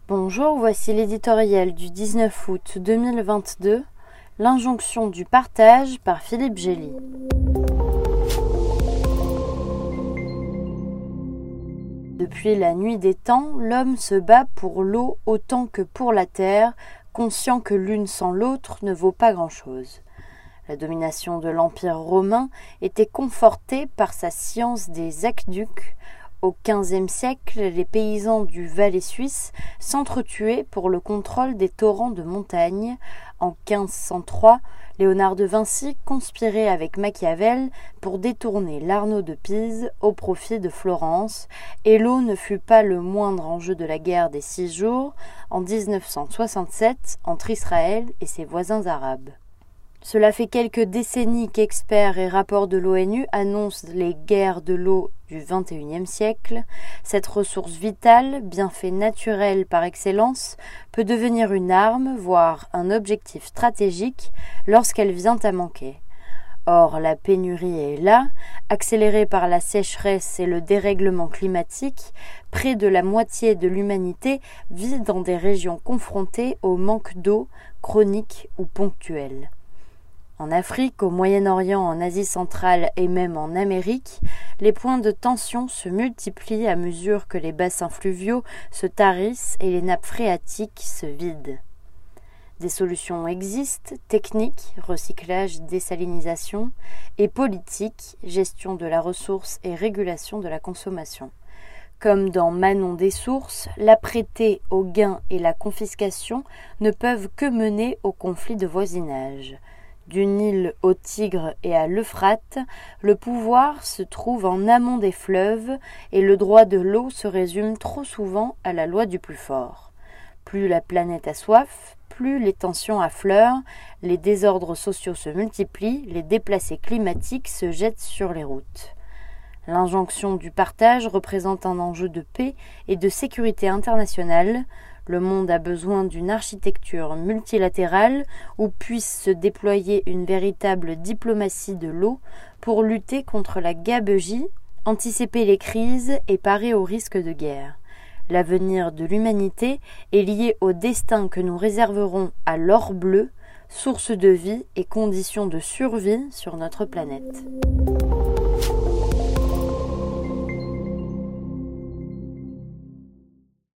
Bonjour, voici l'éditorial du 19 août 2022, l'injonction du partage par Philippe Gély. Depuis la nuit des temps, l'homme se bat pour l'eau autant que pour la terre, conscient que l'une sans l'autre ne vaut pas grand-chose. La domination de l'Empire romain était confortée par sa science des aqueducs. Au XVe siècle, les paysans du Valais suisse s'entretuaient pour le contrôle des torrents de montagne. En 1503, Léonard de Vinci conspirait avec Machiavel pour détourner l'Arnaud de Pise au profit de Florence, et l'eau ne fut pas le moindre enjeu de la guerre des 6 jours en 1967 entre Israël et ses voisins arabes. Cela fait quelques décennies qu'experts et rapports de l'ONU annoncent les guerres de l'eau du XXIe siècle. Cette ressource vitale, bienfait naturel par excellence, peut devenir une arme, voire un objectif stratégique lorsqu'elle vient à manquer. Or, la pénurie est là, accélérée par la sécheresse et le dérèglement climatique. Près de la moitié de l'humanité vit dans des régions confrontées au manque d'eau, chronique ou ponctuel. En Afrique, au Moyen-Orient, en Asie centrale et même en Amérique, les points de tension se multiplient à mesure que les bassins fluviaux se tarissent et les nappes phréatiques se vident. Des solutions existent, techniques, recyclage, désalinisation, et politiques, gestion de la ressource et régulation de la consommation. Comme dans Manon des sources, l'apprêté au gain et la confiscation ne peuvent que mener au conflit de voisinage. Du Nil au Tigre et à l'Euphrate, le pouvoir se trouve en amont des fleuves et le droit de l'eau se résume trop souvent à la loi du plus fort. Plus la planète a soif, plus les tensions affleurent, les désordres sociaux se multiplient, les déplacés climatiques se jettent sur les routes. L'injonction du partage représente un enjeu de paix et de sécurité internationale. Le monde a besoin d'une architecture multilatérale où puisse se déployer une véritable diplomatie de l'eau pour lutter contre la gabegie, anticiper les crises et parer aux risques de guerre. L'avenir de l'humanité est lié au destin que nous réserverons à l'or bleu, source de vie et condition de survie sur notre planète.